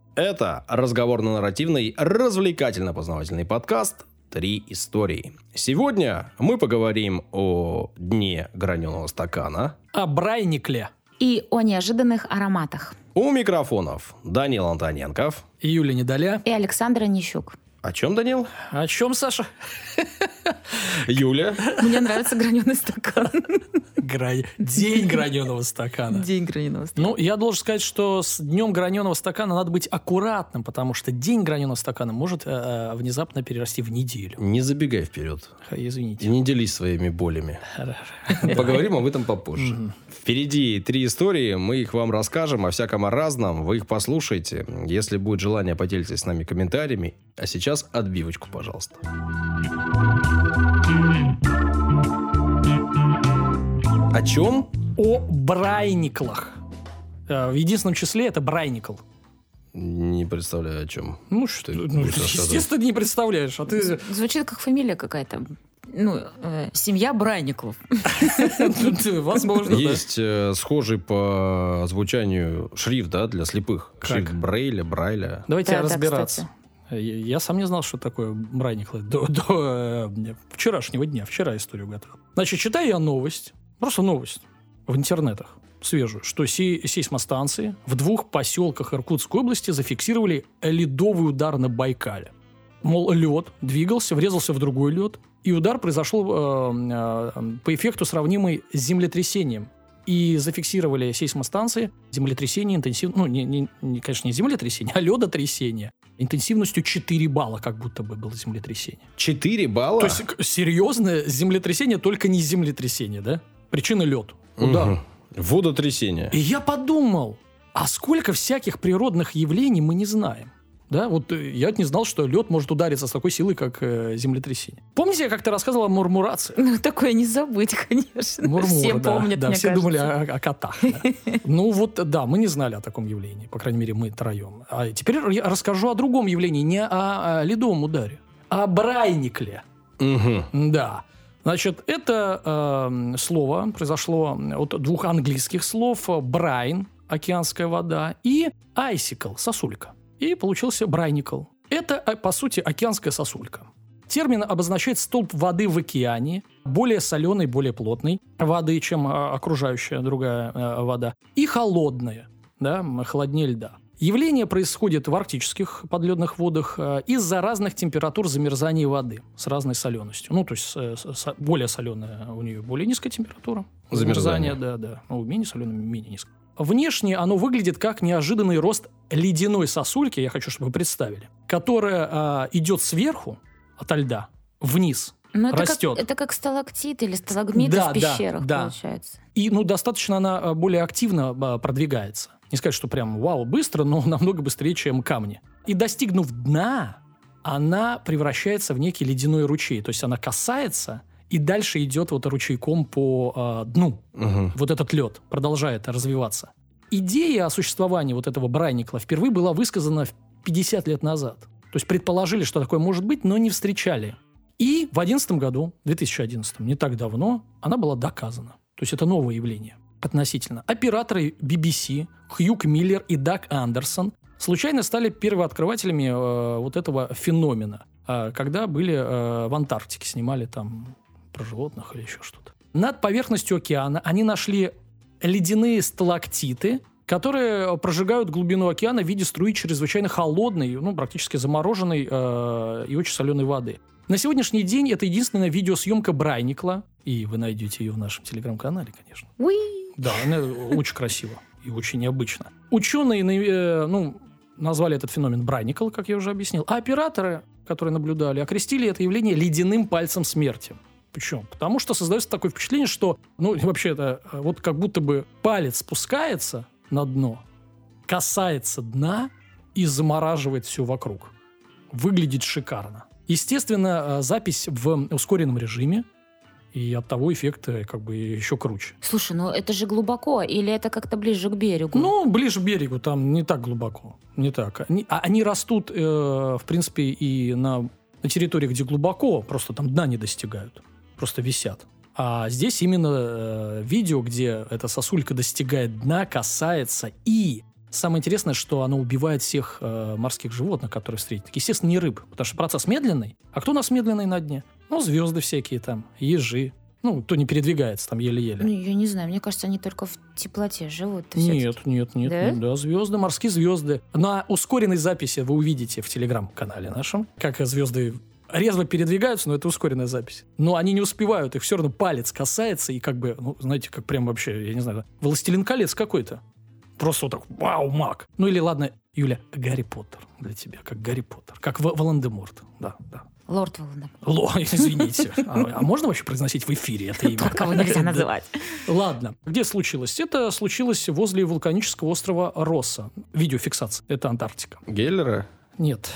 Это разговорно-нарративный, развлекательно-познавательный подкаст «Три истории». Сегодня мы поговорим о дне граненого стакана, о брайникле и о неожиданных ароматах. У микрофонов Данил Антоненков, Юлия Недоля и Александр Онищук. О чем, Данил? О чем, Саша? Юля? Мне нравится граненый стакан. День граненого стакана. День граненого стакана. Ну, я должен сказать, что с днем граненого стакана надо быть аккуратным, потому что день граненого стакана может внезапно перерасти в неделю. Не забегай вперед. Извините. И не делись своими болями. Поговорим об этом попозже. Впереди 3 истории, мы их вам расскажем о всяком о разном, вы их послушайте. Если будет желание, поделитесь с нами комментариями. А сейчас отбивочку, пожалуйста. О чем? О брайниклах. В единственном числе это брайникл. Не представляю, о чем. Ну, что, естественно, не представляешь. А ты... Звучит как фамилия какая-то. Семья Брайниклов. Возможно, есть схожий по звучанию шрифт, да, для слепых. Шрифт Брайля. Давайте разбираться. Я сам не знал, что такое брайниклы до вчерашнего дня. Вчера историю готовил. Значит, читаю я новость, просто новость в интернетах, свежую, что сейсмостанции в 2 поселках Иркутской области зафиксировали ледовый удар на Байкале. Мол, лед двигался, врезался в другой лед, и удар произошел по эффекту, сравнимый с землетрясением. И зафиксировали сейсмостанции землетрясение интенсивно, конечно, не землетрясение, а ледотрясение. Интенсивностью 4 балла, как будто бы было землетрясение. 4 балла? То есть серьезное землетрясение, только не землетрясение, да? Причина лед. Удар. Угу. Водотрясение. И я подумал, а сколько всяких природных явлений мы не знаем? Да, вот я не знал, что лед может удариться с такой силой, как землетрясение. Помните, я как-то рассказывал о мурмурации? Ну, такое не забыть, конечно. Мурмур, все помнят, да, мне все кажется. думали о котах. Да. Ну вот, да, мы не знали о таком явлении. По крайней мере, мы троем. А теперь я расскажу о другом явлении, не о ледовом ударе, а о брайникле. Угу. Да. Значит, это слово произошло от 2 английских слов: брайн, океанская вода, и icicle, сосулька. И получился брайникл. Это, по сути, океанская сосулька. Термин обозначает столб воды в океане, более соленой, более плотной воды, чем окружающая другая вода, и холодная, да, холоднее льда. Явление происходит в арктических подледных водах из-за разных температур замерзания воды с разной соленостью. Ну, то есть более соленая у нее более низкая температура замерзания, да. Ну, менее соленая, менее низкая. Внешне оно выглядит как неожиданный рост ледяной сосульки, я хочу, чтобы вы представили, которая идет сверху ото льда вниз, растет. Это как сталактит или сталагмиты в пещерах, получается. И достаточно она более активно продвигается. Не сказать, что прям вау, быстро, но намного быстрее, чем камни. И достигнув дна, она превращается в некий ледяной ручей. То есть она касается... И дальше идет вот ручейком по дну. Угу. Вот этот лед продолжает развиваться. Идея о существовании вот этого брайникла впервые была высказана 50 лет назад. То есть предположили, что такое может быть, но не встречали. И в 2011 году, не так давно, она была доказана. То есть это новое явление относительно. Операторы BBC Хьюг Миллер и Даг Андерсон случайно стали первооткрывателями вот этого феномена, когда были в Антарктике, снимали там... про животных или еще что-то. Над поверхностью океана они нашли ледяные сталактиты, которые прожигают глубину океана в виде струи чрезвычайно холодной, практически замороженной и очень соленой воды. На сегодняшний день это единственная видеосъемка брайникла, и вы найдете ее в нашем телеграм-канале, конечно. Уи! Да, она очень красиво и очень необычно. Ученые, назвали этот феномен брайникл, как я уже объяснил, а операторы, которые наблюдали, окрестили это явление ледяным пальцем смерти. Почему? Потому что создается такое впечатление, что, вообще это вот как будто бы палец спускается на дно, касается дна и замораживает все вокруг. Выглядит шикарно. Естественно, запись в ускоренном режиме, и оттого эффект еще круче. Слушай, это же глубоко, или это как-то ближе к берегу? Ближе к берегу, там не так глубоко. Не так. Они растут, в принципе, и на территории, где глубоко, просто там дна не достигают. Просто висят. А здесь именно видео, где эта сосулька достигает дна, касается и Самое интересное, что оно убивает всех морских животных, которые встретит. Естественно, не рыб, потому что процесс медленный. А кто у нас медленный на дне? Ну, звезды всякие там, ежи. Ну, кто не передвигается там еле-еле. Ну, я не знаю, мне кажется, они только в теплоте живут. Нет, да, звезды, морские звезды. На ускоренной записи вы увидите в телеграм-канале нашем, как звезды резво передвигаются, но это ускоренная запись. Но они не успевают, их все равно палец касается, и как бы, ну, знаете, как прям вообще, я не знаю, «Властелин колец» какой-то. Просто вот так, вау, маг. Ну или ладно, Юля, Гарри Поттер для тебя, как Гарри Поттер, как Волан-де-Морт, да. Лорд Волан-де-Морт. Извините. А можно вообще произносить в эфире это имя? Такого нельзя называть. Ладно. Где случилось? Это случилось возле вулканического острова Росса. Видеофиксация. Это Антарктика. Геллера? Нет.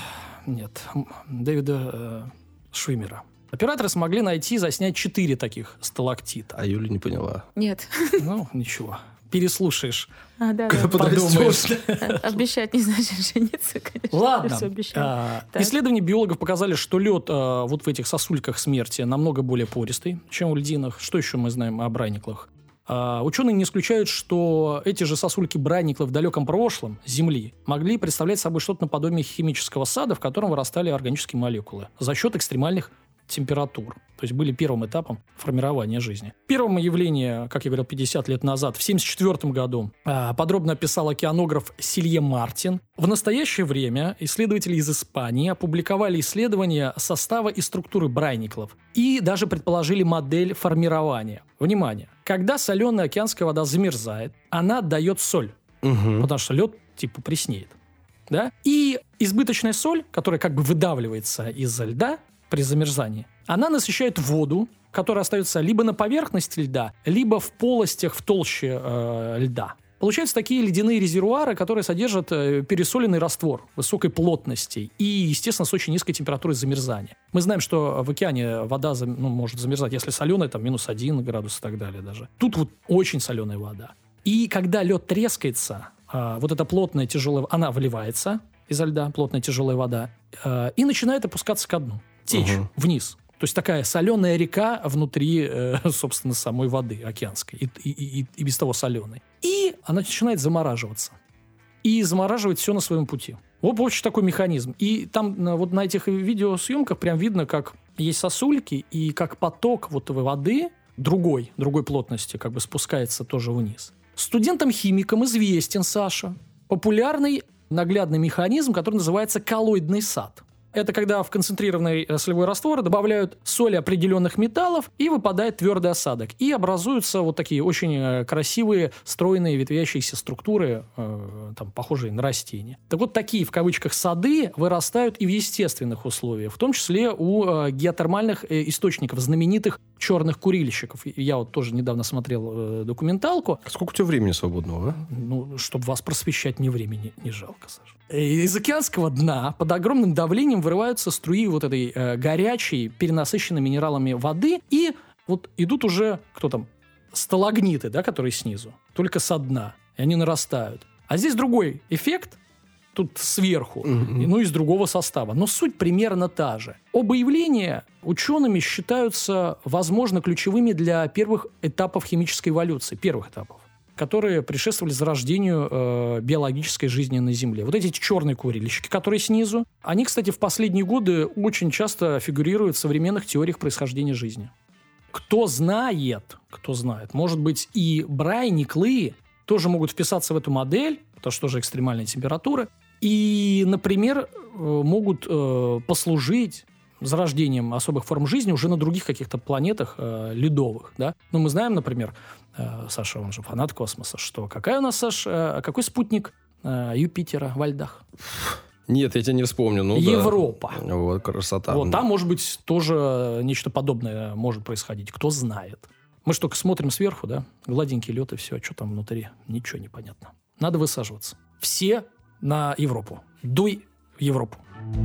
Дэвида Швиммера. Операторы смогли найти и заснять 4 таких сталактита. А Юля не поняла. Нет. Ну, ничего. Переслушаешь. Да. Подумаешь. Обещать не значит жениться, конечно. Ладно. Так. Исследования биологов показали, что лед вот в этих сосульках смерти намного более пористый, чем в льдинах. Что еще мы знаем о брайниклах? Ученые не исключают, что эти же сосульки брайниклов в далеком прошлом Земли могли представлять собой что-то наподобие химического сада, в котором вырастали органические молекулы за счет экстремальных температур. То есть были первым этапом формирования жизни. Первое явление, как я говорил, 50 лет назад, в 1974 году, подробно описал океанограф Силье Мартин. В настоящее время исследователи из Испании опубликовали исследования состава и структуры брайниклов и даже предположили модель формирования. Внимание! Когда соленая океанская вода замерзает, она отдает соль, потому что лед типа преснеет. Да? И избыточная соль, которая как бы выдавливается из-за льда, при замерзании, она насыщает воду, которая остается либо на поверхности льда, либо в полостях в толще льда. Получаются такие ледяные резервуары, которые содержат пересоленный раствор высокой плотности и, естественно, с очень низкой температурой замерзания. Мы знаем, что в океане вода может замерзать, если соленая, там -1 градус и так далее даже. Тут вот очень соленая вода. И когда лед трескается, вот эта плотная тяжелая, она выливается изо льда, плотная тяжелая вода, и начинает опускаться ко дну. Течь вниз. То есть такая соленая река внутри, собственно, самой воды океанской и без того соленой. И она начинает замораживаться. И замораживает все на своем пути. Вот вообще такой механизм. И там вот на этих видеосъемках прям видно, как есть сосульки, и как поток вот воды другой плотности как бы спускается тоже вниз. Студентам-химикам известен, Саша, популярный наглядный механизм, который называется коллоидный сад. Это когда в концентрированный солевой раствор добавляют соли определенных металлов, и выпадает твердый осадок. И образуются вот такие очень красивые, стройные, ветвящиеся структуры, там, похожие на растения. Так вот, такие, в кавычках, сады вырастают и в естественных условиях, в том числе у геотермальных источников, знаменитых черных курильщиков. Я вот тоже недавно смотрел документалку. Сколько у тебя времени свободного, а? Ну, чтобы вас просвещать, мне времени не жалко, Саша. Из океанского дна под огромным давлением вырываются струи вот этой горячей, перенасыщенной минералами воды, и вот идут уже, сталагниты, да, которые снизу, только со дна, и они нарастают. А здесь другой эффект, тут сверху, ну, из другого состава. Но суть примерно та же. Оба явления учеными считаются, возможно, ключевыми для первых этапов химической эволюции, первых этапов, которые предшествовали зарождению биологической жизни на Земле. Вот эти черные курильщики, которые снизу, они, кстати, в последние годы очень часто фигурируют в современных теориях происхождения жизни. Кто знает, может быть, и брайниклы тоже могут вписаться в эту модель, потому что тоже экстремальные температуры, и, например, могут послужить зарождением особых форм жизни уже на других каких-то планетах ледовых. Да? Ну, мы знаем, например, Саша, он же фанат космоса, что какой у нас, Саш, какой спутник Юпитера во льдах? Нет, я тебя не вспомню. Ну, Европа. Да. Вот красота. Вот там, может быть, тоже нечто подобное может происходить. Кто знает. Мы же только смотрим сверху, да? Гладенький лед и все. А что там внутри? Ничего не понятно. Надо высаживаться. Все на Европу. Дуй в Европу.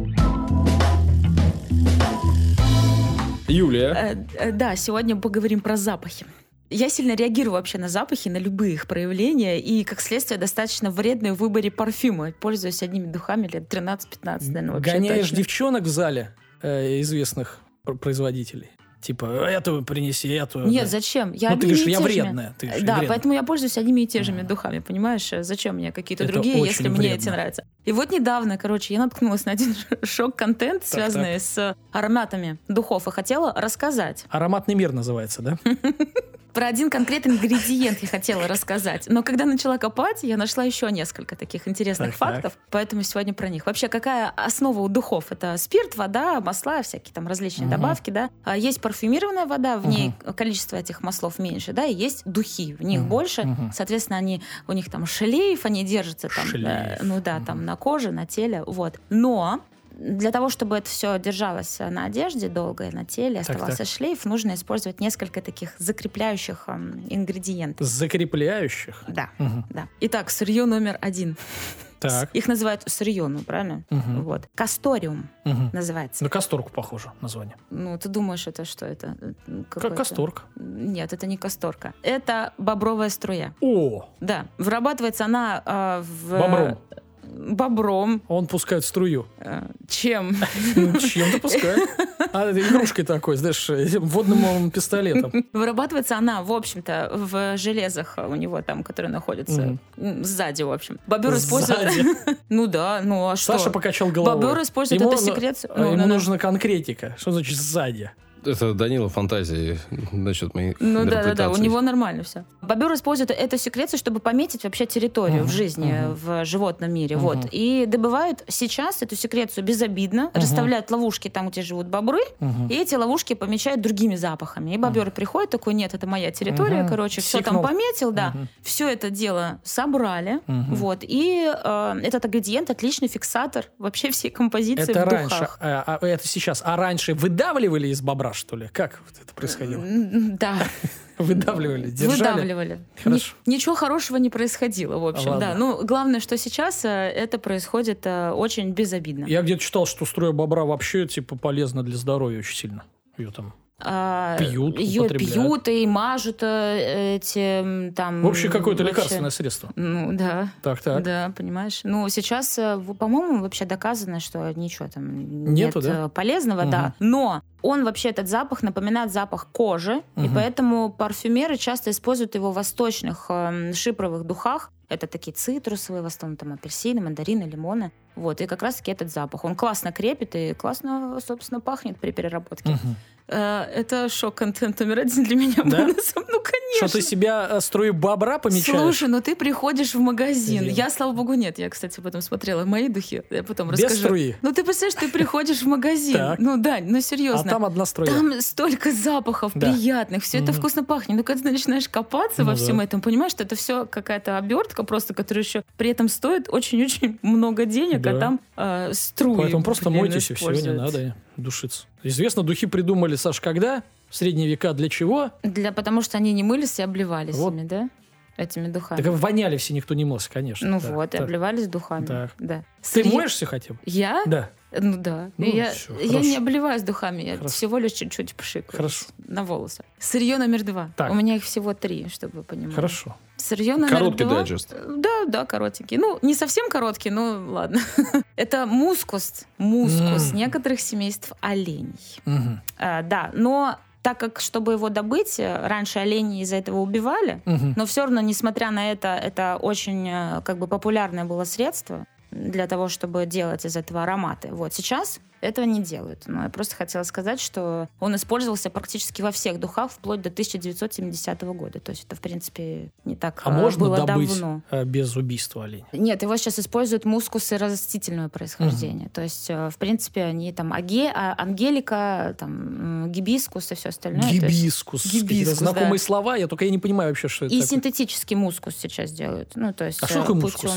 Юлия. Да, сегодня поговорим про запахи. Я сильно реагирую вообще на запахи, на любые их проявления, и, как следствие, достаточно вредная в выборе парфюма. Пользуюсь одними духами лет 13-15, наверное, вообще гоняешь точно. Девчонок в зале известных производителей? Типа, эту принеси, эту. Нет, да. зачем? Я ты говоришь, я вредная. Да, поэтому я пользуюсь одними и теми же духами, понимаешь? Зачем мне какие-то другие, если мне эти нравятся? И вот недавно, короче, я наткнулась на один шок-контент, связанный с ароматами духов, и хотела рассказать. «Ароматный мир» называется, да? Про один конкретный ингредиент я хотела рассказать. Но когда начала копать, я нашла еще несколько таких интересных фактов. Поэтому сегодня про них. Вообще, какая основа у духов? Это спирт, вода, масла, всякие там различные добавки, да. Есть парфюмированная вода, в ней количество этих маслов меньше, да, и есть духи, в них больше. Соответственно, у них там шлейф, они держатся там, там на коже, на теле, вот. Но для того, чтобы это все держалось на одежде долго и на теле, оставался шлейф, нужно использовать несколько таких закрепляющих ингредиентов. Закрепляющих? Да, да. Итак, сырье номер 1. Так. Их называют сырье, правильно? Вот. Касториум называется. На касторку похоже название. Ты думаешь, это что это? Как касторка. Нет, это не касторка. Это бобровая струя. О! Да. Вырабатывается она бобром. Он пускает струю. Чем? Чем-то пускает. Игрушкой такой, знаешь, водным пистолетом. Вырабатывается она, в общем-то, в железах у него там, которые находятся сзади, в общем. Бобер использует... а что? Саша покачал головой. Бобер использует эту секрецию. Ему нужна конкретика. Что значит сзади? Это Данила фантазии насчет моей интерпретации. Да, у него нормально все. Бобер использует эту секрецию, чтобы пометить вообще территорию в жизни, в животном мире. Вот. И добывают сейчас эту секрецию безобидно, расставляют ловушки там, где живут бобры, и эти ловушки помечают другими запахами. И бобер приходит такой, нет, это моя территория, короче, все там пометил, да. Все это дело собрали, вот. И этот ингредиент отличный фиксатор вообще всей композиции это в раньше, духах. Это сейчас. А раньше выдавливали из бобра, что ли? Как это происходило? Да. Выдавливали, держали? Выдавливали. Хорошо. Ничего хорошего не происходило, в общем. Ладно. Да. Главное, что сейчас это происходит очень безобидно. Я где-то читал, что струя бобра вообще полезна для здоровья очень сильно. Ее там пьют, ее употребляют. пьют и мажут эти там... В общем, какое-то лекарственное средство. Да. Так. Да, понимаешь. Сейчас, по-моему, вообще доказано, что ничего там нету, нет полезного, да. Но он вообще, этот запах, напоминает запах кожи, и поэтому парфюмеры часто используют его в восточных шипровых духах. Это такие цитрусовые, в основном там апельсины, мандарины, лимоны. Вот, и как раз-таки этот запах. Он классно крепит и классно, собственно, пахнет при переработке. Это шок-контент номер 1 для меня был. Ну, конечно. Что ты себя струю бобра помечаешь? Слушай, ты приходишь в магазин. Я, слава богу, нет. Я, кстати, потом смотрела мои духи. Я потом расскажу. Без струи? Ты представляешь, ты приходишь в магазин. Серьезно. А там одна струя. Там столько запахов приятных. Все это вкусно пахнет. Но когда ты начинаешь копаться во всем этом, понимаешь, что это все какая-то обертка просто, которая еще при этом стоит очень-очень много денег, а там струи. Поэтому просто мойтесь, и все, не надо душиться. Известно, духи придумали, Саш, когда? В средние века для чего? Потому что они не мылись и обливались ими, да? Этими духами. Так воняли все, никто не мылся, конечно. И обливались духами. Так. Да. Ты моешься хотя бы? Я? Да. Да. Я не обливаюсь духами, я всего лишь чуть-чуть пшикаю на волосы. Сырье номер 2. У меня их всего 3, чтобы вы понимали. Хорошо. Сырье номер 2. Короткий дайджест. Да, коротенький. Не совсем короткий, но ладно. Это мускус некоторых семейств оленей. Да, но так как, чтобы его добыть, раньше оленей из-за этого убивали, но все равно, несмотря на это очень популярное было средство для того, чтобы делать из этого ароматы. Вот сейчас этого не делают. Но я просто хотела сказать, что он использовался практически во всех духах вплоть до 1970 года. То есть это, в принципе, не так было давно. А можно добыть без убийства оленя? Нет, его сейчас используют мускусы растительного происхождения. То есть, в принципе, они там ангелика, там гибискус и все остальное. Гибискус. Знакомые слова, я не понимаю вообще, что это и такое. Синтетический мускус сейчас делают. То есть, а что такое мускус?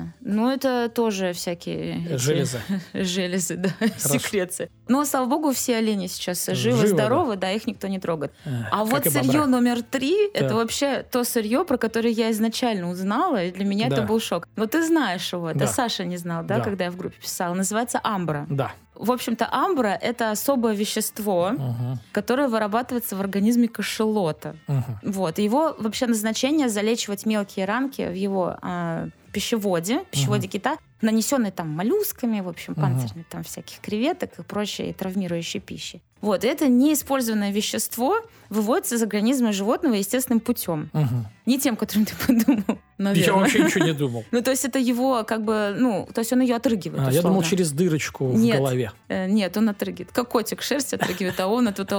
Это тоже всякие... Железы, да. Секреции. Но, слава богу, все олени сейчас живы, здоровы, да, их никто не трогает. А вот сырье номер 3, это вообще то сырье, про которое я изначально узнала, и для меня это был шок. Но ты знаешь его, это Саша не знал, да, когда я в группе писала. Называется амбра. Да. В общем-то, амбра — это особое вещество, которое вырабатывается в организме кашалота. Вот. Его вообще назначение — залечивать мелкие ранки в его пищеводе кита, нанесенные там моллюсками, в общем, панцирями там всяких креветок и прочей травмирующей пищи. Вот, это неиспользованное вещество выводится из организма животного естественным путем. Угу. Не тем, которым ты подумал, наверное. Я вообще ничего не думал. Ну, то есть это его как бы, то есть он ее отрыгивает, условно. Я думал, через дырочку в голове. Нет, он отрыгивает. Как котик шерсть отрыгивает, а он эту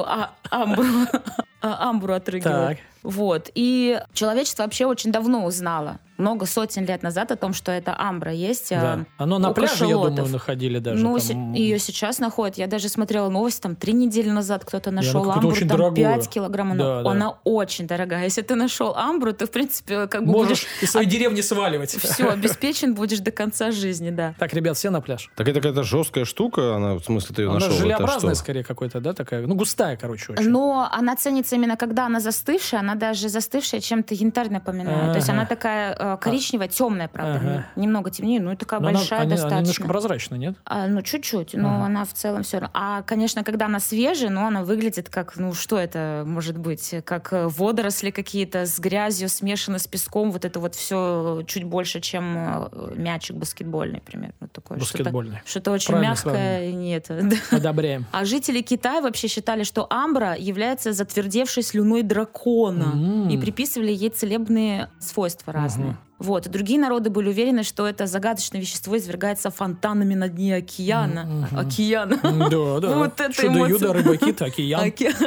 амбру отрыгивает. Так. Вот. И человечество вообще очень давно узнало, много сотен лет назад, о том, что это амбра есть. Да. Оно на пляже, я думаю, находили даже. Ее сейчас находят. Я даже смотрела новости, 3 недели назад кто-то нашел амбру, очень там дорогую. 5 килограмм. Она очень дорогая. Если ты нашел амбру, ты, в принципе, как бы можешь из своей деревни сваливать. Все, обеспечен будешь до конца жизни, да. Так, ребят, все на пляж. Так это какая-то жесткая штука, она, в смысле, ты ее нашел? Она желеобразная, скорее, какой-то, да, такая, густая, короче, очень. Но она ценится именно, когда она застывшая, она даже застывшая чем-то янтарь напоминает. То есть она такая коричневая, темная, правда, немного темнее, и такая большая достаточно. Она немножко прозрачная, нет? Чуть-чуть, но она в целом все равно. А, конечно, когда она свежая, она выглядит как, что это может быть, как водоросли какие-то с грязью смешаны с песком, вот это вот все чуть больше, чем мячик баскетбольный, примерно. Вот такое. Баскетбольный. Что-то очень мягкое. Нет. Одобряем. А жители Китая вообще считали, что амбра является затвердевшей слюной дракона и приписывали ей целебные свойства разные. Вот. И другие народы были уверены, что это загадочное вещество извергается фонтанами на дне океана. Океана. Да. Вот это Чудо-юдо, рыба-кит, океан.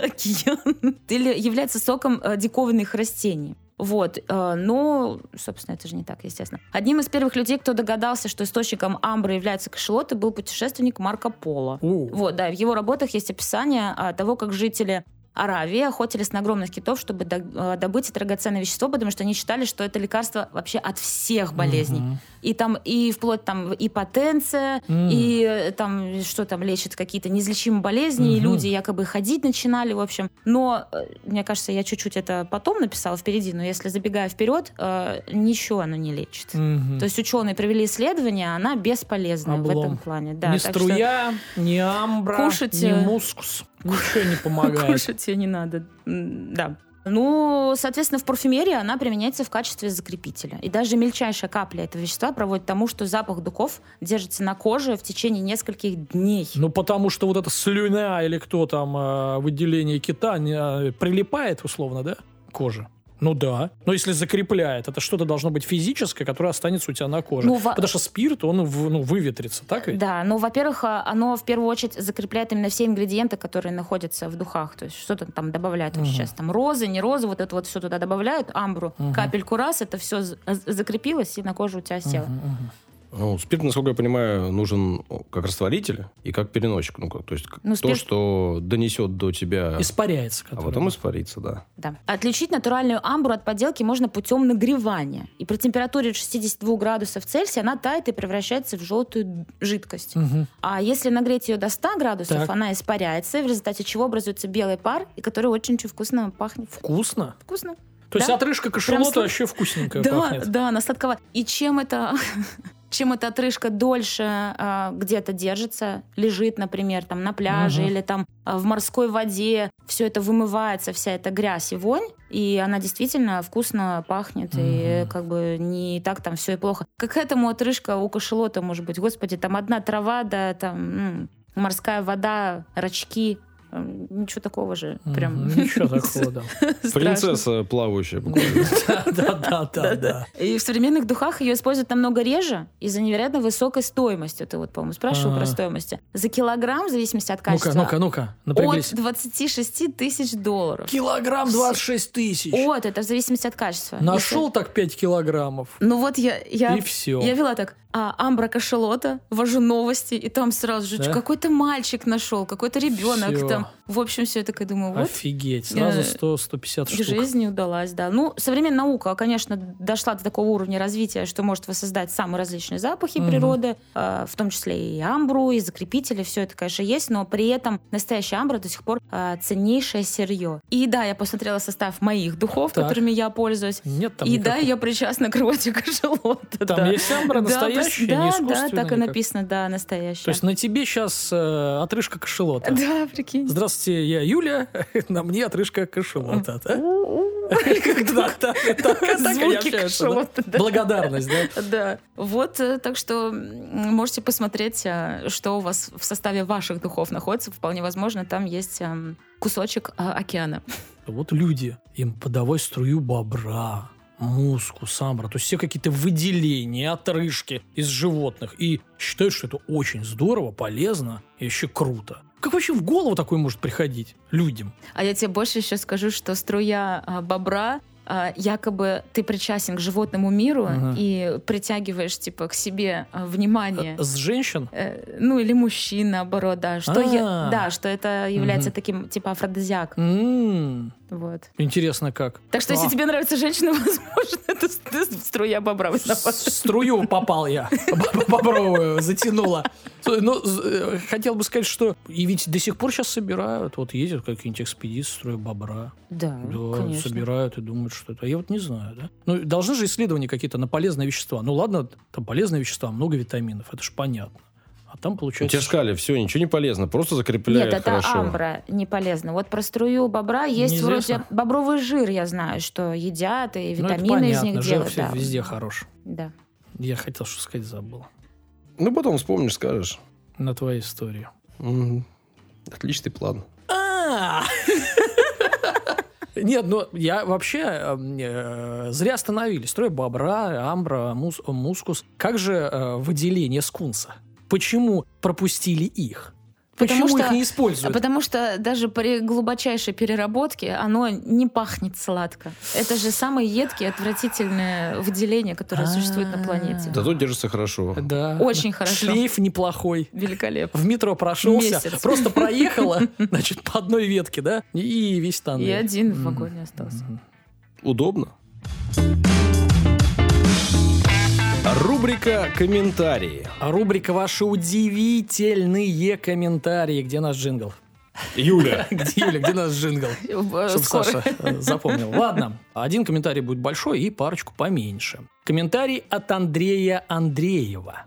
Океан. Или является соком диковинных растений. Вот. Но, собственно, это же не так, естественно. Одним из первых людей, кто догадался, что источником амбры являются кашалоты, был путешественник Марко Поло. Вот, да, в его работах есть описание того, как жители Аравии охотились на огромных китов, чтобы добыть это драгоценное вещество, потому что они считали, что это лекарство вообще от всех болезней. И там, и вплоть там и потенция, и там, что там лечит какие-то неизлечимые болезни, и люди якобы ходить начинали, в общем. Но, мне кажется, я чуть-чуть это потом написала впереди, но если забегая вперед, ничего оно не лечит. То есть ученые провели исследования, она бесполезна в этом плане. Да, ни струя, ни амбра, ни мускус. Ничего не помогает. Кушать ее не надо. Да. Соответственно, в парфюмерии она применяется в качестве закрепителя. И даже мельчайшая капля этого вещества приводит к тому, что запах духов держится на коже в течение нескольких дней. Потому что вот эта слюна или кто там в отделении кита прилипает, условно, да, к коже. Да. Но если закрепляет, это что-то должно быть физическое, которое останется у тебя на коже. Потому что спирт, он выветрится, так ведь? Да, во-первых, оно в первую очередь закрепляет именно все ингредиенты, которые находятся в духах. То есть что-то там добавляют сейчас. Там розы, не розы, вот это вот все туда добавляют, амбру, капельку раз, это все закрепилось и на коже у тебя село. Спирт, насколько я понимаю, нужен как растворитель и как переносчик. То есть то, что донесет до тебя... Испаряется. А потом испарится, да. Да. Отличить натуральную амбру от подделки можно путем нагревания. И при температуре 62 градусов Цельсия она тает и превращается в желтую жидкость. А если нагреть ее до 100 градусов, она испаряется, в результате чего образуется белый пар, и который очень-очень вкусно пахнет. Вкусно? Вкусно. То есть отрыжка кашалота вообще вкусненькая пахнет. Да, она сладковая. И чем эта отрыжка дольше где-то держится, лежит, например, там на пляже или там в морской воде, все это вымывается, вся эта грязь и вонь, и она действительно вкусно пахнет, и как бы не так там все и плохо. Какая там отрыжка у кашалота может быть? Господи, там одна трава, да, там морская вода, рачки. Ничего такого же. Прям. Ничего такого, да. Принцесса плавающая буквально. Да. И в современных духах ее используют намного реже из-за невероятно высокой стоимости. Ты по-моему, спрашивал про стоимости. За килограмм, в зависимости от качества, ну-ка, напряглись. от 26 тысяч долларов. Килограмм 26 тысяч. Это в зависимости от качества. Нашел так 5 килограммов. И все. Я вела так. Амбра кашалота, ввожу новости, и там сразу же какой-то мальчик нашел, какой-то ребенок там. В общем, все я такая думаю, офигеть, сразу 100-150 штук. Жизнь не удалась, да. Современная наука, конечно, дошла до такого уровня развития, что может воссоздать самые различные запахи природы, в том числе и амбру, и закрепители, все это, конечно, есть, но при этом настоящая амбра до сих пор ценнейшее сырье. И да, я посмотрела состав моих духов, которыми я пользуюсь. Нет там и да, я причастна к рвоте кашалота. Там есть амбра настоящая? настоящая, не Да, искусственная. так и никак. написано, да, настоящая. То есть на тебе сейчас отрыжка кашелота. Да, прикинь. Здравствуйте, я Юля, на мне отрыжка кашелота. Да? Так они Звуки общаются, да? кашелота, да. Благодарность, да? Да. Вот, так что можете посмотреть, что у вас в составе ваших духов находится. Вполне возможно, там есть кусочек океана. Вот люди, им подавай струю бобра, мускус, амбра, то есть все какие-то выделения, отрыжки из животных. И считают, что это очень здорово, полезно и еще круто. Как вообще в голову такое может приходить людям? А я тебе больше еще скажу, что струя бобра, якобы ты причастен к животному миру и притягиваешь типа к себе внимание. С женщин? Ну или мужчин, наоборот, да. Что, что это является таким типа афродизиаком. Вот. Интересно как. Так что, если тебе нравятся женщины, возможно, это струя бобра. В струю попал я. Бобровую затянула. Ну, хотел бы сказать, что и ведь до сих пор сейчас собирают. Вот ездят какие-нибудь экспедиции, строят бобра. Да, конечно. Собирают и думают, что это. Я вот не знаю, да? Ну, должны же исследования какие-то на полезные вещества. Ну, ладно, там полезные вещества, много витаминов. Это ж понятно. А там получается... Тебе сказали, все, ничего не полезно, просто закрепляют. Нет, это хорошо. амбра не полезно. Вот про струю бобра есть Неизвестно. вроде бобровый жир, я знаю, что едят, и Ну, это витамины из понятно, них жир делают. Да. везде хорош. Да. Я хотел что сказать, забыл. Ну, потом вспомнишь, скажешь. На твою историю. Отличный план. Нет, ну я вообще зря остановились. Строя бобра, амбра, мускус. Как же выделение скунса? Почему пропустили их? Почему их не используют? Потому что даже при глубочайшей переработке оно не пахнет сладко. Это же самое едкие, отвратительное выделение, которое существует на планете. Зато держится хорошо. Да. Очень хорошо. Шлейф неплохой. Великолепно. В метро прошелся, Месяц. просто проехала, значит, по одной ветке, да, и весь тоннель. И один в вагоне остался. Удобно. Рубрика «Комментарии». Рубрика «Ваши удивительные комментарии». Где наш джингл? Юля. Где наш джингл? Чтобы Скоро. Саша запомнил. Ладно, один комментарий будет большой и парочку поменьше. Комментарий от Андрея Андреева.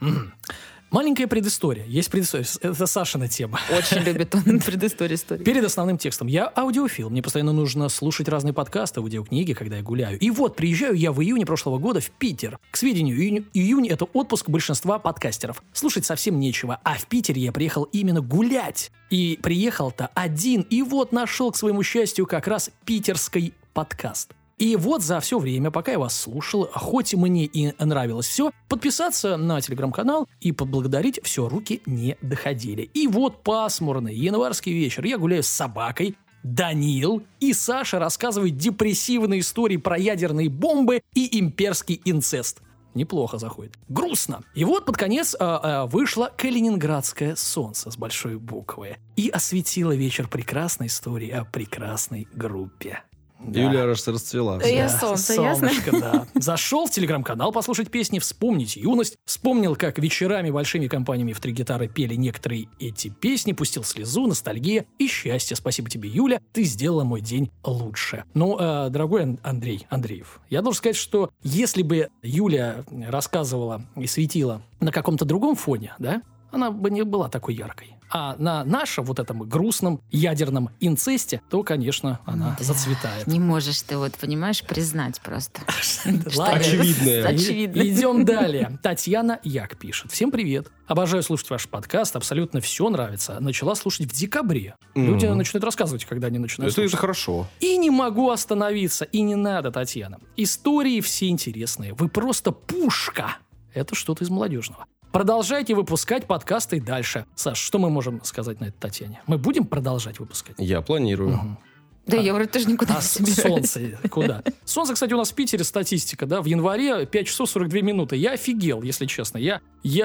Маленькая предыстория. Есть предыстория. Это Сашина тема. Очень любит он предысторию истории. Перед основным текстом. Я аудиофил. Мне постоянно нужно слушать разные подкасты, аудиокниги, когда я гуляю. И вот, приезжаю я в июне прошлого года в Питер. К сведению, июнь – это отпуск большинства подкастеров. Слушать совсем нечего. А в Питере я приехал именно гулять. И приехал-то один. И вот нашел, к своему счастью, как раз питерский подкаст. И вот за все время, пока я вас слушал, хоть мне и нравилось все, подписаться на телеграм-канал и поблагодарить все руки не доходили. И вот пасмурный январский вечер. Я гуляю с собакой, Данил и Саша рассказывают депрессивные истории про ядерные бомбы и имперский инцест. Неплохо заходит. Грустно. И вот под конец вышло «Калининградское солнце» с большой буквы и осветило вечер прекрасной истории о прекрасной группе. Да. Юля расцвела. Я солнце, ясно? Да. Зашел в телеграм-канал послушать песни, вспомнить юность. Вспомнил, как вечерами большими компаниями в 3 гитары пели некоторые эти песни. Пустил слезу, ностальгия и счастье. Спасибо тебе, Юля. Ты сделала мой день лучше. Ну, дорогой Андрей Андреев, я должен сказать, что если бы Юля рассказывала и светила на каком-то другом фоне, да, она бы не была такой яркой. А на нашем вот этом грустном ядерном инцесте, то, конечно, она зацветает. Не можешь ты, вот, понимаешь, признать просто. Ладно. Очевидное. Очевидно. Идем далее. Татьяна Як пишет. Всем привет. Обожаю слушать ваш подкаст. Абсолютно все нравится. Начала слушать в декабре. Люди начинают рассказывать, когда они начинают слушать. Это хорошо. И не могу остановиться. И не надо, Татьяна. Истории все интересные. Вы просто пушка. Это что-то из молодежного. Продолжайте выпускать подкасты и дальше. Саш, что мы можем сказать на это Татьяне? Мы будем продолжать выпускать? Я планирую. Да, я вроде тоже никуда не собираюсь. Солнце куда? Солнце, кстати, у нас в Питере статистика, да, в январе 5 часов 42 минуты. Я офигел, если честно. Я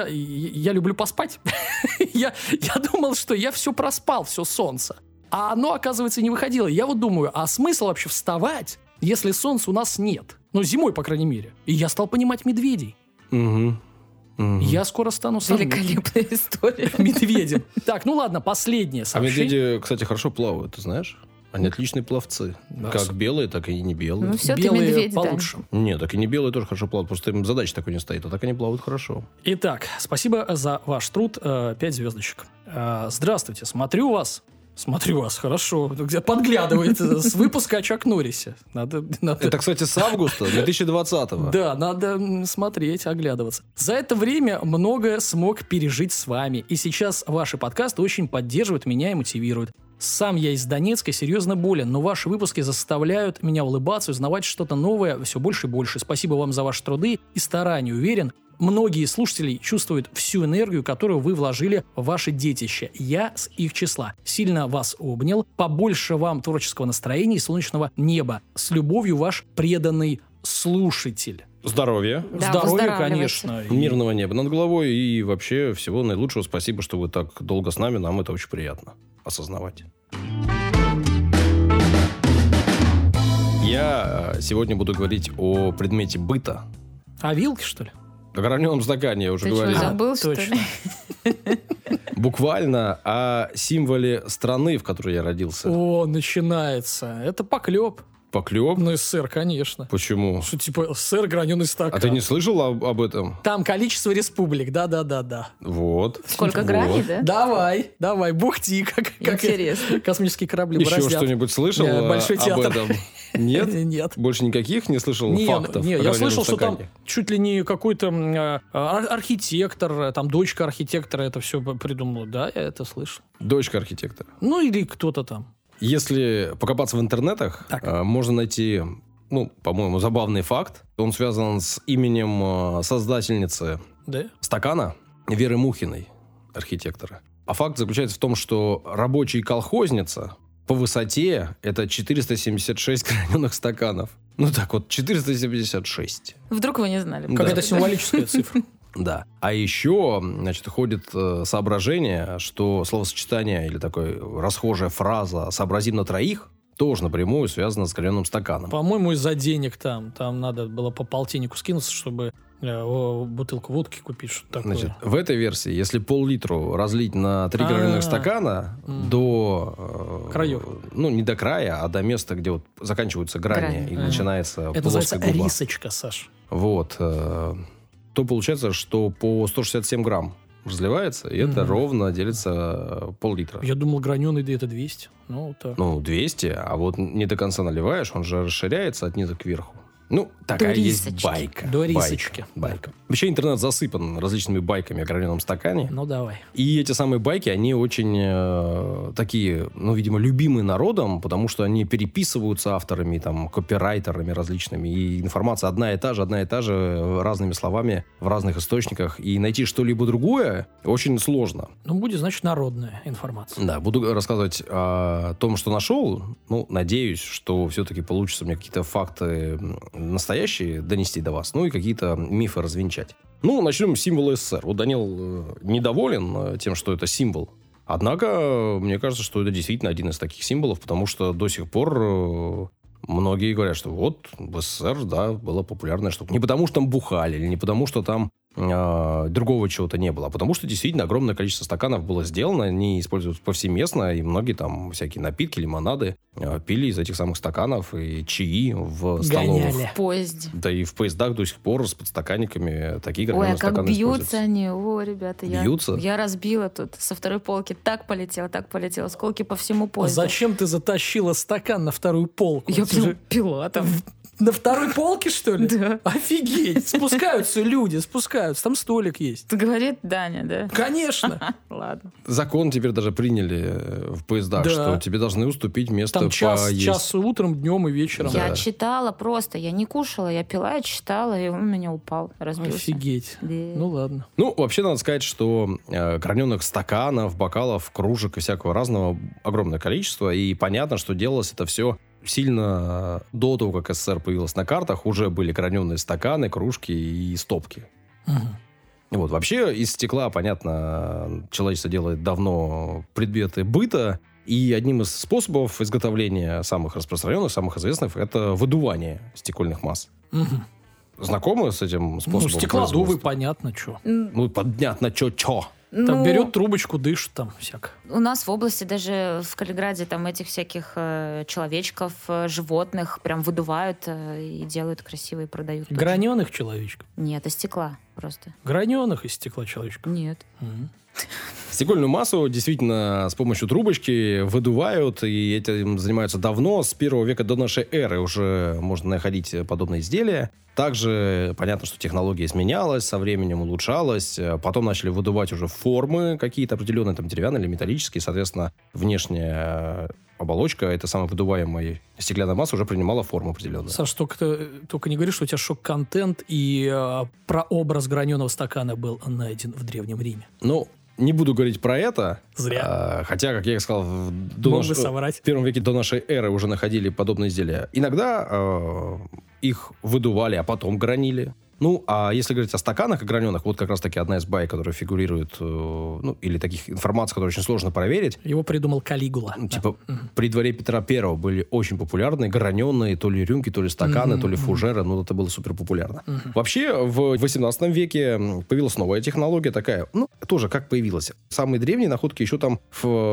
люблю поспать. Я думал, что я все проспал, все солнце. А оно, оказывается, не выходило. Я вот думаю, а смысл вообще вставать, если солнца у нас нет? Ну, зимой, по крайней мере. И я стал понимать медведей. Я скоро стану сам Великолепная история. медведем. Так, ну ладно, последнее А сообщение. медведи, кстати, хорошо плавают, ты знаешь? Они отличные пловцы. Да. Как белые, так и не белые. Ну все, ты Белые медведь, да. получше. Нет, так и не белые тоже хорошо плавают. Просто им задача такой не стоит. А так они плавают хорошо. Итак, спасибо за ваш труд. 5 звездочек. Здравствуйте, смотрю вас, хорошо. Где подглядывает с выпуска о Чак Норрисе. Надо... Это, кстати, с августа 2020-го. Да, надо смотреть, оглядываться. За это время многое смог пережить с вами. И сейчас ваши подкасты очень поддерживают меня и мотивируют. Сам я из Донецка, серьезно болен, но ваши выпуски заставляют меня улыбаться, узнавать что-то новое все больше и больше. Спасибо вам за ваши труды и старания. Уверен, многие слушатели чувствуют всю энергию, которую вы вложили в ваше детище. Я с их числа. Сильно вас обнял. Побольше вам творческого настроения и солнечного неба. С любовью, ваш преданный слушатель. Здоровья. Да, Здоровья, выздоравливайте. конечно. И- Мирного неба над головой. И вообще всего наилучшего. Спасибо, что вы так долго с нами. Нам это очень приятно осознавать. Я сегодня буду говорить о предмете быта. А вилки, что ли? О граненом стакане я уже Ты что, говорил. забыл, что точно. ли? Буквально о символе страны, в которой я родился. О, начинается. Это поклеп. Поклеп? Ну, СССР, конечно. Почему? Что, типа, СССР, граненый стакан. А ты не слышал об этом? Там количество республик, да. Вот. Сколько Вот. граней, да? Давай, бухти, как Интересно. космические корабли Еще бороздят. что-нибудь слышал Большой об театр. этом? Нет? Нет. Больше никаких не слышал фактов? Не, о я граненом слышал, что там стакане? чуть ли не какой-то архитектор, там дочка архитектора это все придумала. Да, я это слышал. Дочка архитектора. Ну, или кто-то там. Если покопаться в интернетах, Так. можно найти, по-моему, забавный факт. Он связан с именем создательницы Да? стакана Веры Мухиной, архитектора. А факт заключается в том, что рабочая колхозница по высоте это 476 граненых стаканов. 476. Вдруг вы не знали. Да. Какая-то символическая цифра. Да. А еще, ходит соображение, что словосочетание или такая расхожая фраза «сообразим на троих» тоже напрямую связано с граненым стаканом. По-моему, из-за денег там. Там надо было по полтиннику скинуться, чтобы бутылку водки купить, что-то такое. Значит, в этой версии, если пол-литру разлить на 3 граненых стакана до... Краев. Не до края, а до места, где вот заканчиваются грани Грани. и начинается Это плоская называется губа. рисочка, Саш. Вот. То получается, что по 167 грамм разливается, и это ровно делится пол-литра. Я думал, граненый, да это 200. Ну, так. 200, а вот не до конца наливаешь, он же расширяется от низа кверху. Такая До есть рисочки. байка. До рисочки. Байка. Вообще интернет засыпан различными байками о граненом стакане. Ну, давай. И эти самые байки, они очень такие, видимо, любимые народом, потому что они переписываются авторами, там, копирайтерами различными. И информация одна и та же, разными словами, в разных источниках. И найти что-либо другое очень сложно. Ну, будет, значит, народная информация. Да, буду рассказывать о том, что нашел. Надеюсь, что все-таки получится мне какие-то факты настоящие донести до вас, и какие-то мифы развенчать. Начнем с символа СССР. Вот Данил недоволен тем, что это символ. Однако, мне кажется, что это действительно один из таких символов, потому что до сих пор многие говорят, что вот в СССР, да, была популярная штука. Не потому, что там бухали, или не потому, что там другого чего-то не было, а потому что действительно огромное количество стаканов было сделано, они используются повсеместно, и многие там всякие напитки, лимонады пили из этих самых стаканов, и чаи в столовых. Гоняли. В поезде. Да и в поездах до сих пор с подстаканниками такие Ой, граненые а как стаканы бьются используются. они. О, ребята, Бьются? я разбила тут со второй полки. Так полетела. Осколки по всему поезду. Зачем ты затащила стакан на вторую полку? Я Это же пила там. на второй полке, что ли? Да. Офигеть! Спускаются люди, там столик есть. Говорит Даня, да? Конечно. Ладно. Закон теперь даже приняли в поездах, Да. что тебе должны уступить место Там час поесть. утром, днем и вечером. Да. Я читала просто. Я не кушала, я пила, я читала, и он у меня упал, разбился. Офигеть. Да. Ну ладно. Вообще, надо сказать, что граненых стаканов, бокалов, кружек и всякого разного огромное количество. И понятно, что делалось это все сильно до того, как СССР появилась на картах, уже были граненые стаканы, кружки и стопки. Мгм. Вообще из стекла, понятно, человечество делает давно предметы быта. И одним из способов изготовления самых распространенных, самых известных, это выдувание стекольных масс. Мгм. Знакомы с этим способом? Стеклодувы, производства? понятно, что. Понятно, чё. Там берет трубочку, дышит там всяко. У нас в области даже в Калининграде там этих всяких человечков, животных прям выдувают и делают красивые, продают. Граненых человечков? Нет, из стекла просто. Граненых из стекла человечков? Нет. Стекольную массу действительно с помощью трубочки выдувают, и этим занимаются давно. С 1 века до нашей эры уже можно находить подобные изделия. Также понятно, что технология изменялась, со временем улучшалась. Потом начали выдувать уже формы какие-то определенные, там деревянные или металлические. Соответственно, внешняя оболочка этой самой выдуваемой стеклянной массы уже принимала форму определенную. Саш, только не говори, что у тебя шок-контент и прообраз граненого стакана был найден в Древнем Риме. Ну, не буду говорить про это. Зря. Хотя, как я сказал, соврать. в 1 веке до нашей эры уже находили подобные изделия. Иногда их выдували, а потом гранили. Ну, а если говорить о стаканах и граненых, вот как раз-таки одна из баек, которая фигурирует, или таких информаций, которые очень сложно проверить. Его придумал Калигула. Типа при дворе Петра I были очень популярны граненые то ли рюмки, то ли стаканы, то ли фужеры. Ну, это было супер популярно. Вообще, в 18 веке появилась новая технология такая. Ну, тоже как появилась. Самые древние находки еще там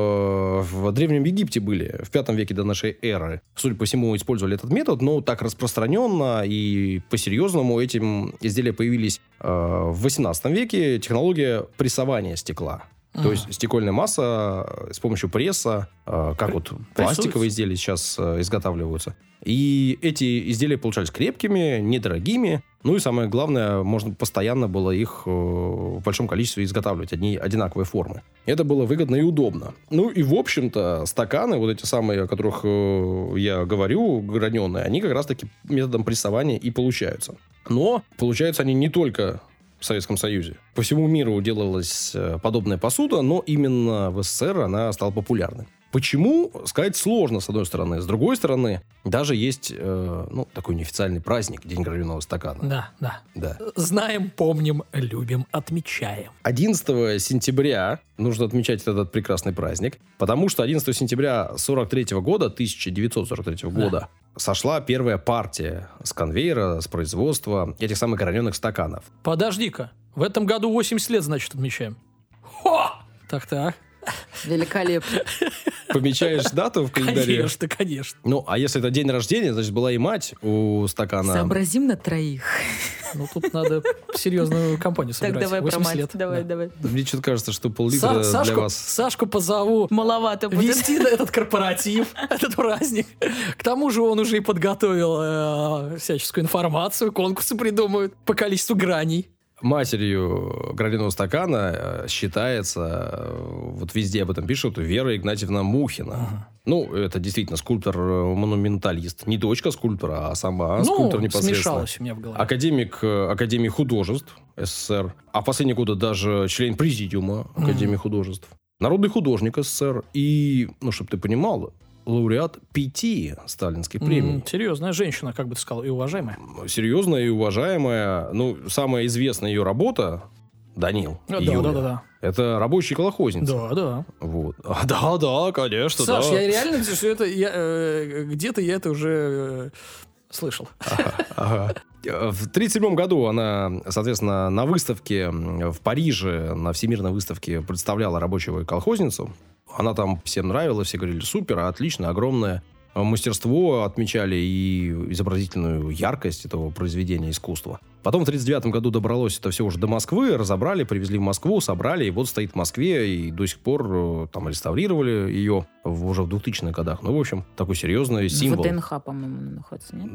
в Древнем Египте были. В 5 веке до нашей эры. Судя по всему, использовали этот метод, но так распространенно и по-серьезному этим изделия появились в 18 веке. Технология прессования стекла. То есть стекольная масса с помощью пресса, как вот пластиковые изделия сейчас изготавливаются. И эти изделия получались крепкими, недорогими. Ну и самое главное, можно постоянно было их в большом количестве изготавливать, одинаковые формы. Это было выгодно и удобно. Ну и, в общем-то, стаканы, вот эти самые, о которых я говорю, граненые, они как раз-таки методом прессования и получаются. Но получаются они не только в Советском Союзе. По всему миру делалась подобная посуда, но именно в СССР она стала популярной. Почему, сказать сложно, с одной стороны. С другой стороны, даже есть такой неофициальный праздник, День граненого стакана. Да. Знаем, помним, любим, отмечаем. 11 сентября нужно отмечать этот прекрасный праздник, потому что 11 сентября 1943 года сошла первая партия с конвейера, с производства этих самых граненых стаканов. Подожди-ка, в этом году 80 лет, значит, отмечаем. Хо! Так. Великолепно. Помечаешь дату в календаре? Конечно. Ну, а если это день рождения, значит, была и мать у стакана. Сообразим на троих. Ну, тут надо серьезную компанию собирать. Так, давай про мать. Лет. Давай. Мне что-то кажется, что пол-литра для вас... Сашку позову. Маловато будет. Вести этот корпоратив, этот праздник. К тому же он уже и подготовил всяческую информацию, конкурсы придумают по количеству граней. Матерью граненого стакана считается, вот везде об этом пишут, Вера Игнатьевна Мухина. Ну, это действительно скульптор-монументалист. Не дочка скульптора, а сама скульптор непосредственно. Смешалось у меня в голове. Академик Академии художеств СССР. А в последние годы даже член президиума Академии художеств. Народный художник СССР. И, чтобы ты понимал, лауреат 5 сталинской премии. Серьезная женщина, как бы ты сказал, и уважаемая. Серьезная и уважаемая. Ну, самая известная ее работа «Данил». Да. Это рабочие колхозницы. Да. Вот. Да, конечно, Саш, я реально все это... где-то я это уже слышал. Ага. В 1937 году она, соответственно, на выставке в Париже, на Всемирной выставке представляла рабочую колхозницу. Она там всем нравилась, все говорили: супер, отлично, огромное мастерство, отмечали и изобразительную яркость этого произведения искусства. Потом в 1939 году добралось это все уже до Москвы, разобрали, привезли в Москву, собрали, и вот стоит в Москве, и до сих пор там реставрировали ее уже в 2000-х годах. Ну, в общем, такой серьезный символ. В ВДНХ, по-моему, находится, нет?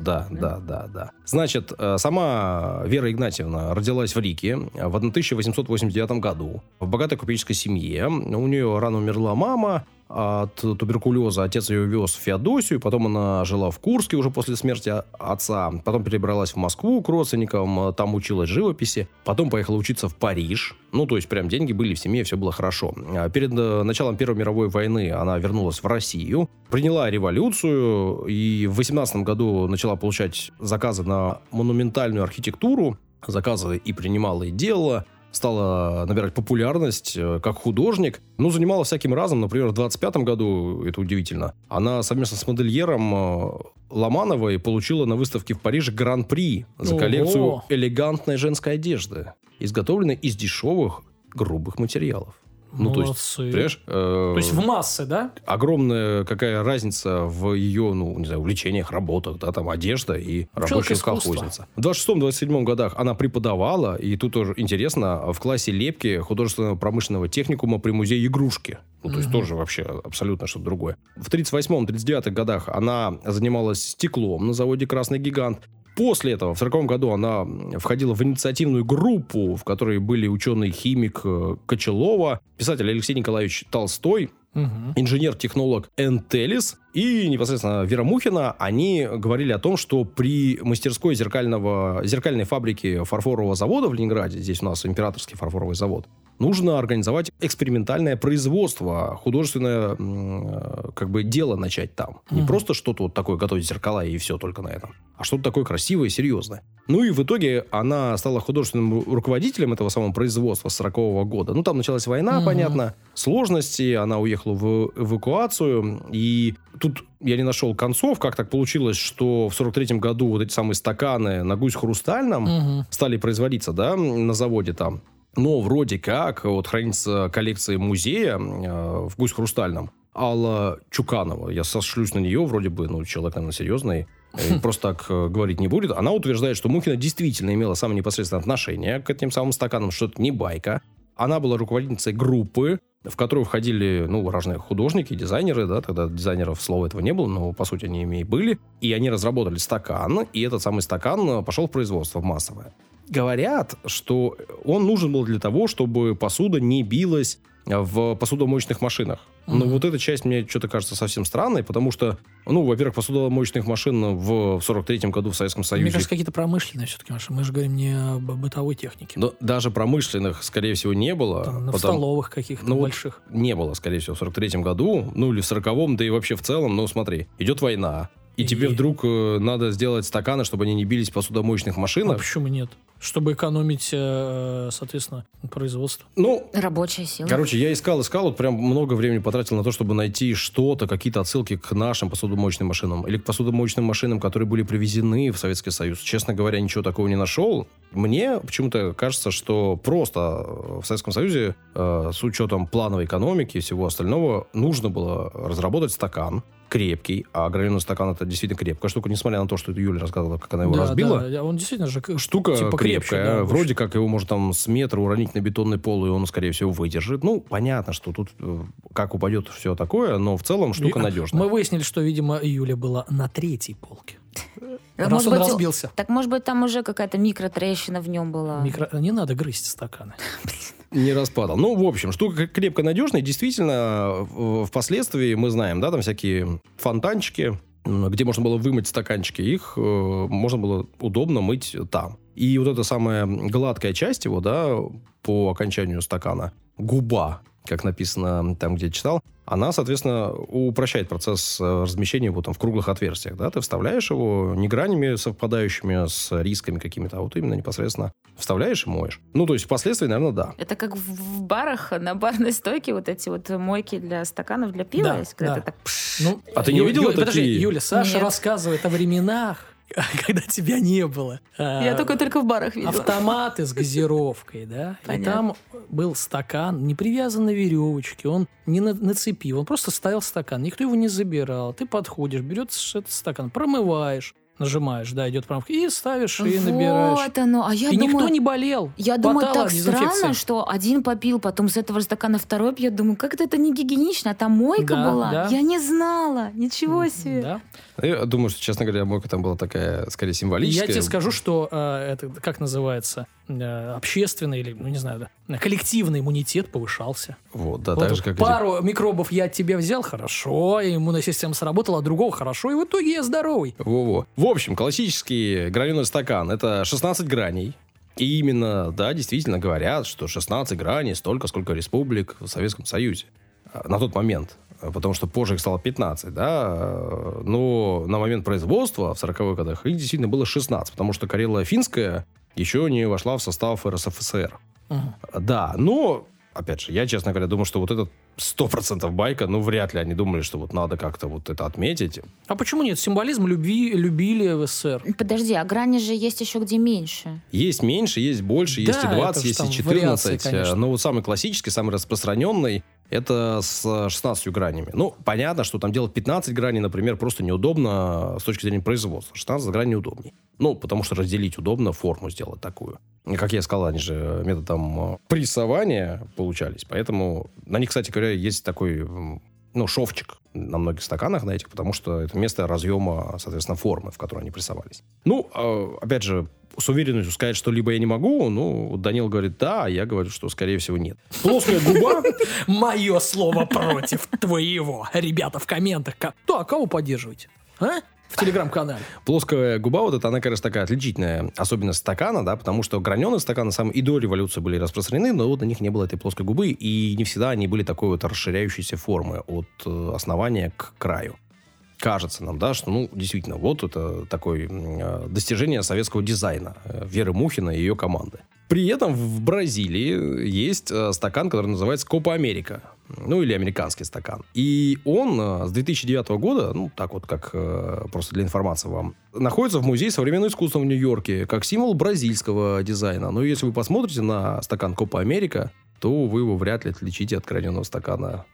Да. Значит, сама Вера Игнатьевна родилась в Риге в 1889 году в богатой купеческой семье. У нее рано умерла мама от туберкулеза. Отец ее вез в Феодосию, потом она жила в Курске уже после смерти отца. Потом перебралась в Москву к родственникам, там училась живописи. Потом поехала учиться в Париж. Ну, то есть, прям деньги были в семье, все было хорошо. Перед началом Первой мировой войны она вернулась в Россию, приняла революцию и в 18 году начала получать заказы на монументальную архитектуру. Заказы и принимала, и делала. Стала набирать популярность как художник. Ну, занималась всяким разом. Например, в 25 году, это удивительно, она совместно с модельером Ломановой получила на выставке в Париже гран-при за коллекцию элегантной женской одежды, изготовленной из дешевых грубых материалов. Молодцы. То есть в массы, да? Огромная какая разница в ее, увлечениях, работах, да, там, одежда и рабочая колхозница. В 26-27 годах она преподавала, и тут тоже интересно, в классе лепки художественного промышленного техникума при музее игрушки. То есть тоже вообще абсолютно что-то другое. В 38-39 годах она занималась стеклом на заводе «Красный гигант». После этого, в 1940 году, она входила в инициативную группу, в которой были ученый-химик Кочелова, писатель Алексей Николаевич Толстой, инженер-технолог Энтелис и непосредственно Вера Мухина. Они говорили о том, что при мастерской зеркальной фабрики фарфорового завода в Ленинграде, здесь у нас императорский фарфоровый завод, нужно организовать экспериментальное производство, художественное дело начать там. Не просто что-то вот такое готовить зеркала и все только на этом, а что-то такое красивое и серьезное. И в итоге она стала художественным руководителем этого самого производства с 1940 года. Там началась война, понятно, сложности, она уехала в эвакуацию, и тут я не нашел концов, как так получилось, что в 1943 году вот эти самые стаканы на гусь-хрустальном стали производиться, да, на заводе там. Но вроде как вот хранится коллекция музея в гусь-хрустальном Алла Чуканова. Я сошлюсь на нее, вроде бы, человек, наверное, серьезный. Просто так говорить не будет. Она утверждает, что Мухина действительно имела самое непосредственное отношение к этим самым стаканам, что это не байка. Она была руководительницей группы, в которую входили, разные художники, дизайнеры, да, тогда дизайнеров слова этого не было, но, по сути, они ими и были. И они разработали стакан, и этот самый стакан пошел в производство, в массовое. Говорят, что он нужен был для того, чтобы посуда не билась в посудомоечных машинах. Но вот эта часть мне что-то кажется совсем странной, потому что, во-первых, посудомоечных машин в 43-м году в Советском Союзе... Мне кажется, какие-то промышленные все-таки машины. Мы же говорим не о бытовой технике. Но даже промышленных, скорее всего, не было. В столовых каких-то больших. Не было, скорее всего, в 43-м году, или в 40-м, да и вообще в целом. Смотри, идет война. И тебе вдруг надо сделать стаканы, чтобы они не бились в посудомоечных машинах. А почему нет? Чтобы экономить, соответственно, производство. Рабочая сила. Короче, я искал, вот прям много времени потратил на то, чтобы найти что-то, какие-то отсылки к нашим посудомоечным машинам или к посудомоечным машинам, которые были привезены в Советский Союз. Честно говоря, ничего такого не нашел. Мне почему-то кажется, что просто в Советском Союзе с учетом плановой экономики и всего остального нужно было разработать стакан крепкий, а граненый стакан это действительно крепкая штука, несмотря на то, что Юля рассказывала, как она его разбила. Да, он действительно же штука типа крепкая. Крепче, вроде как его можно там с метра уронить на бетонный пол, и он, скорее всего, выдержит. Понятно, что тут как упадет все такое, но в целом штука надежная. Мы выяснили, что, видимо, Юля была на 3-й полке. Раз он разбился. Так, может быть, там уже какая-то микротрещина в нем была. Не надо грызть стаканы. Не распадал. В общем, штука крепко надежная. Действительно, впоследствии мы знаем, да, там всякие фонтанчики, где можно было вымыть стаканчики. Их можно было удобно мыть там. И вот эта самая гладкая часть его, да, по окончанию стакана, губа, как написано там, где я читал, она, соответственно, упрощает процесс размещения его там в круглых отверстиях. Да? Ты вставляешь его не гранями совпадающими с рисками какими-то, а вот именно непосредственно вставляешь и моешь. То есть впоследствии, наверное, да. Это как в барах, на барной стойке вот эти вот мойки для стаканов, для пива. Да, есть, когда да. ты так... А ты не увидела такие? Подожди, Юля, Саша Нет. рассказывает о временах, когда тебя не было. Я только в барах видела. Автоматы с газировкой, да? Понятно. И там был стакан, не привязан на веревочке, он не на цепи, он просто ставил стакан, никто его не забирал. Ты подходишь, берешь этот стакан, промываешь, нажимаешь, да, идет промывка, и ставишь, и набираешь. Вот оно. А я И думаю, никто не болел. Я думаю, Хватало так дезинфекции. странно, что один попил, потом с этого стакана второй пьет. Думаю, как это не гигиенично, а там мойка Да, была. да. Я не знала. Ничего себе. Да. Я думаю, что, честно говоря, мойка там была такая, скорее, символическая. Я тебе скажу, что это, как называется, общественный или, не знаю, да, коллективный иммунитет повышался. Вот, да, Вот так же, как пару микробов я от тебя взял, хорошо, и иммунная система сработала, а другого хорошо, и в итоге я здоровый. Во-во. В общем, классический граненый стакан – это 16 граней. И именно, да, действительно говорят, что 16 граней столько, сколько республик в Советском Союзе на тот момент. Потому что позже их стало 15, да. Но на момент производства в 40-х годах их действительно было 16, потому что Карело-Финская еще не вошла в состав РСФСР. Да, но опять же, я, честно говоря, думаю, что вот этот 100% байка, ну, вряд ли они думали, что вот надо как-то вот это отметить. А почему нет? Символизм любили в СССР. Подожди, а грани же есть еще где меньше. Есть меньше, есть больше, есть и 20, есть и 14. Вариации, но вот самый классический, самый распространенный, это с 16 гранями. Ну, понятно, что там делать 15 граней, например, просто неудобно с точки зрения производства. 16 граней удобнее. Ну, потому что разделить удобно, форму сделать такую. И, как я сказал, они же методом прессования получались. Поэтому на них, кстати говоря, есть такой, ну, шовчик на многих стаканах на этих, потому что это место разъема, соответственно, формы, в которой они прессовались. Ну, опять же, с уверенностью сказать что-либо я не могу. Ну, Данил говорит да, а я говорю, что, скорее всего, нет. Плоская губа. Мое слово против твоего. Ребята, в комментах. Кого поддерживаете? А? В телеграм-канале. Плоская губа, вот это, она, конечно, такая отличительная особенность стакана, да, потому что граненые стаканы сам и до революции были распространены, но вот на них не было этой плоской губы, и не всегда они были такой вот расширяющейся формы от основания к краю. Кажется нам, да, что, ну, действительно, вот это такое достижение советского дизайна Веры Мухиной и ее команды. При этом в Бразилии есть стакан, который называется Копа Америка. Ну, или американский стакан. И он с 2009 года, ну, так вот, как просто для информации вам, находится в Музее современного искусства в Нью-Йорке, как символ бразильского дизайна. Но если вы посмотрите на стакан Копа Америка, то вы его вряд ли отличите от граненого стакана.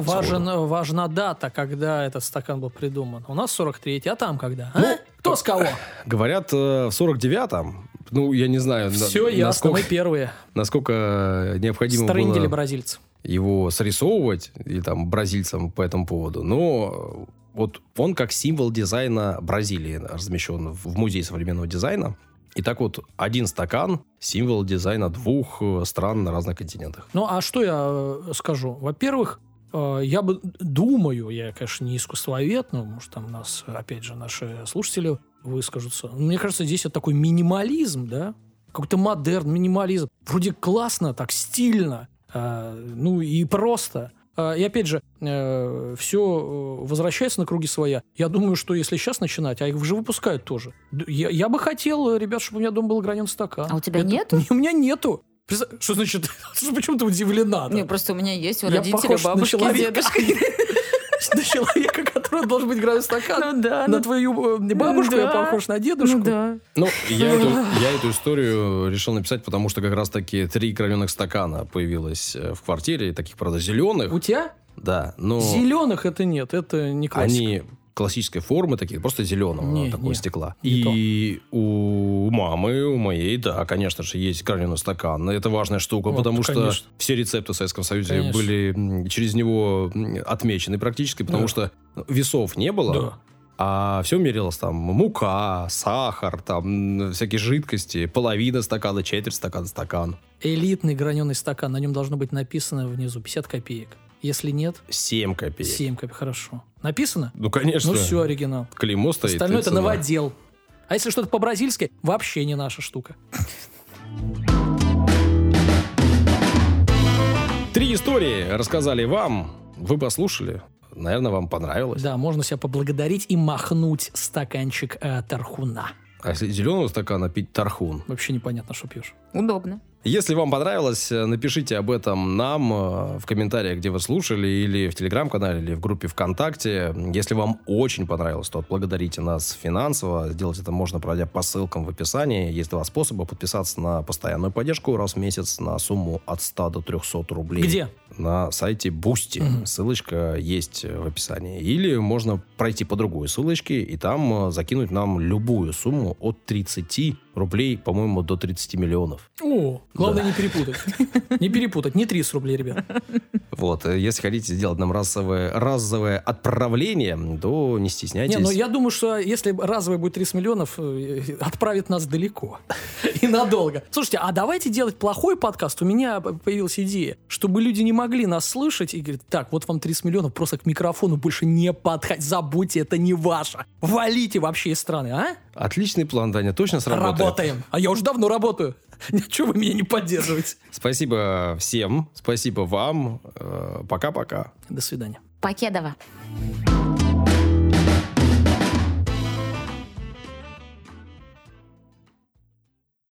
Важна дата, когда этот стакан был придуман. У нас 43-й, а там когда? А? Ну, кто с кого? Говорят, в 49-м. Ну, я не знаю. Все ясно, мы первые. Насколько необходимо Стрендили было бразильцы. Его срисовывать, и там бразильцам по этому поводу. Но вот он как символ дизайна Бразилии размещен в Музее современного дизайна. И так вот, один стакан – символ дизайна двух стран на разных континентах. Ну, а что я скажу? Во-первых, я думаю, я, конечно, не искусствовед, но, может, там нас, опять же, наши слушатели выскажутся. Мне кажется, здесь вот такой минимализм, да? Какой-то модерн, минимализм. Вроде классно, так стильно, ну и просто. И опять же, все возвращается на круги своя. Я думаю, что если сейчас начинать, а их уже выпускают тоже. Я бы хотел, ребят, чтобы у меня дома был граненый стакан. А у тебя нету? У меня нету. Что значит? Почему ты удивлена? Не, просто у меня есть у родителей, похож бабушки, на дедушки. На человека, который должен быть граненый стакан. Ну да. На твою бабушку я похож на дедушку. Ну да. Ну, я эту историю решил написать, потому что как раз-таки 3 граненых стакана появилось в квартире, таких, правда, зеленых. У тебя? Да, но... Зеленых это нет, это не классика. Они классической формы такие, просто зеленого такого стекла. Не и у мамы, у моей, да, конечно же, есть граненый стакан. Это важная штука, потому что все рецепты в Советском Союзе были через него отмечены практически, потому что весов не было. Да. А все мерилось там мука, сахар, там всякие жидкости, половина стакана, четверть стакана, стакан. Элитный граненый стакан, на нем должно быть написано внизу 50 копеек. Если нет... 7 копеек. 7 копеек, хорошо. Написано? Ну, конечно. Ну, все, оригинал. Клеймо стоит. Остальное это новодел. А если что-то по-бразильски, вообще не наша штука. 3 истории рассказали вам. Вы послушали. Наверное, вам понравилось. Да, можно себя поблагодарить и махнуть стаканчик тархуна. А если зеленого стакана пить тархун? Вообще непонятно, что пьешь. Удобно. Если вам понравилось, напишите об этом нам в комментариях, где вы слушали, или в Телеграм-канале, или в группе ВКонтакте. Если вам очень понравилось, то отблагодарите нас финансово. Сделать это можно, пройдя по ссылкам в описании. Есть 2 способа: подписаться на постоянную поддержку раз в месяц на сумму от 100 до 300 рублей. Где? На сайте Boosty. Ссылочка есть в описании. Или можно пройти по другой ссылочке и там закинуть нам любую сумму от 30 рублей, по-моему, до 30 миллионов. О, главное не перепутать. Не перепутать, не 30 рублей, ребят. Вот, если хотите сделать нам разовое отправление, то не стесняйтесь. Не, ну я думаю, что если разовое будет 30 миллионов, отправит нас далеко и надолго. Слушайте, а давайте делать плохой подкаст. У меня появилась идея, чтобы люди не могли нас слышать и говорить: так, вот вам 30 миллионов, просто к микрофону больше не подходите, забудьте, это не ваше. Валите вообще из страны, а? Отличный план, Даня, точно сработает. Работаем. А я уже давно работаю. Чего вы меня не поддерживаете? Спасибо всем, спасибо вам. Пока-пока. До свидания. Покедова.